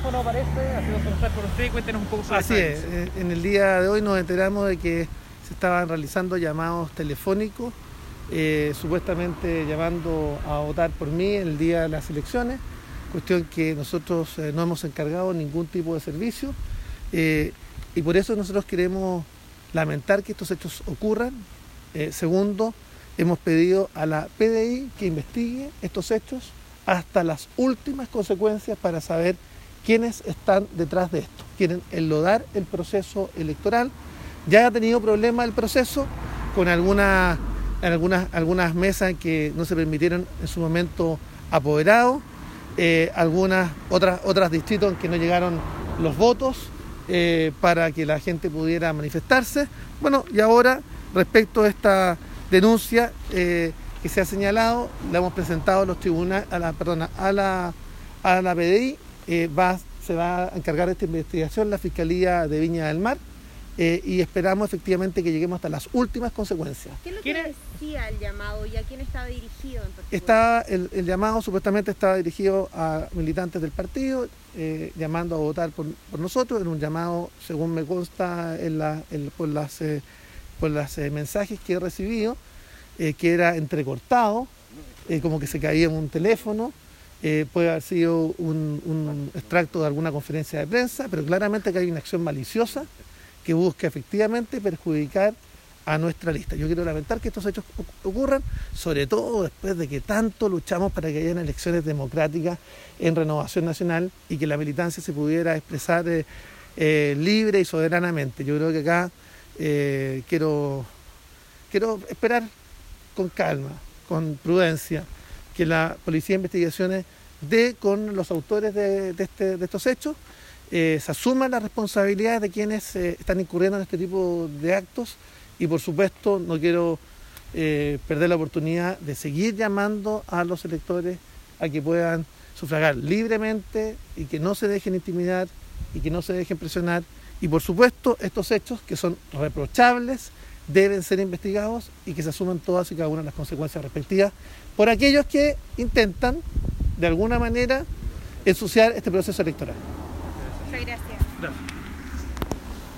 teléfono aparece, ha sido consultar por usted, cuéntenos un poco sobre Así es, en el día de hoy nos enteramos de que se estaban realizando llamados telefónicos, supuestamente llamando a votar por mí el día de las elecciones, cuestión que nosotros no hemos encargado ningún tipo de servicio, y por eso nosotros queremos lamentar que estos hechos ocurran. Segundo, hemos pedido a la PDI que investigue estos hechos hasta las últimas consecuencias para saber quiénes están detrás de esto. Quieren enlodar el proceso electoral. Ya ha tenido problemas el proceso con algunas mesas que no se permitieron en su momento apoderados, otras distritos en que no llegaron los votos para que la gente pudiera manifestarse. Bueno, y ahora, respecto a esta denuncia que se ha señalado, la hemos presentado a los tribunales, a la PDI, se va a encargar de esta investigación la Fiscalía de Viña del Mar, y esperamos efectivamente que lleguemos hasta las últimas consecuencias. ¿Qué es lo que decía el llamado y a quién estaba dirigido en particular? El llamado supuestamente estaba dirigido a militantes del partido, llamando a votar por nosotros, en un llamado, según me consta por las mensajes que he recibido, que era entrecortado, como que se caía en un teléfono, puede haber sido un extracto de alguna conferencia de prensa, pero claramente que hay una acción maliciosa que busca efectivamente perjudicar a nuestra lista. Yo quiero lamentar que estos hechos ocurran, sobre todo después de que tanto luchamos para que hayan elecciones democráticas en Renovación Nacional y que la militancia se pudiera expresar libre y soberanamente. Yo creo que acá quiero esperar con calma, con prudencia, que la Policía de Investigaciones dé con los autores de estos hechos, se asuman las responsabilidades de quienes están incurriendo en este tipo de actos, y por supuesto no quiero perder la oportunidad de seguir llamando a los electores a que puedan sufragar libremente y que no se dejen intimidar y que no se dejen presionar, y por supuesto estos hechos que son reprochables deben ser investigados y que se asuman todas y cada una de las consecuencias respectivas por aquellos que intentan de alguna manera ensuciar este proceso electoral. Muchas gracias. Gracias.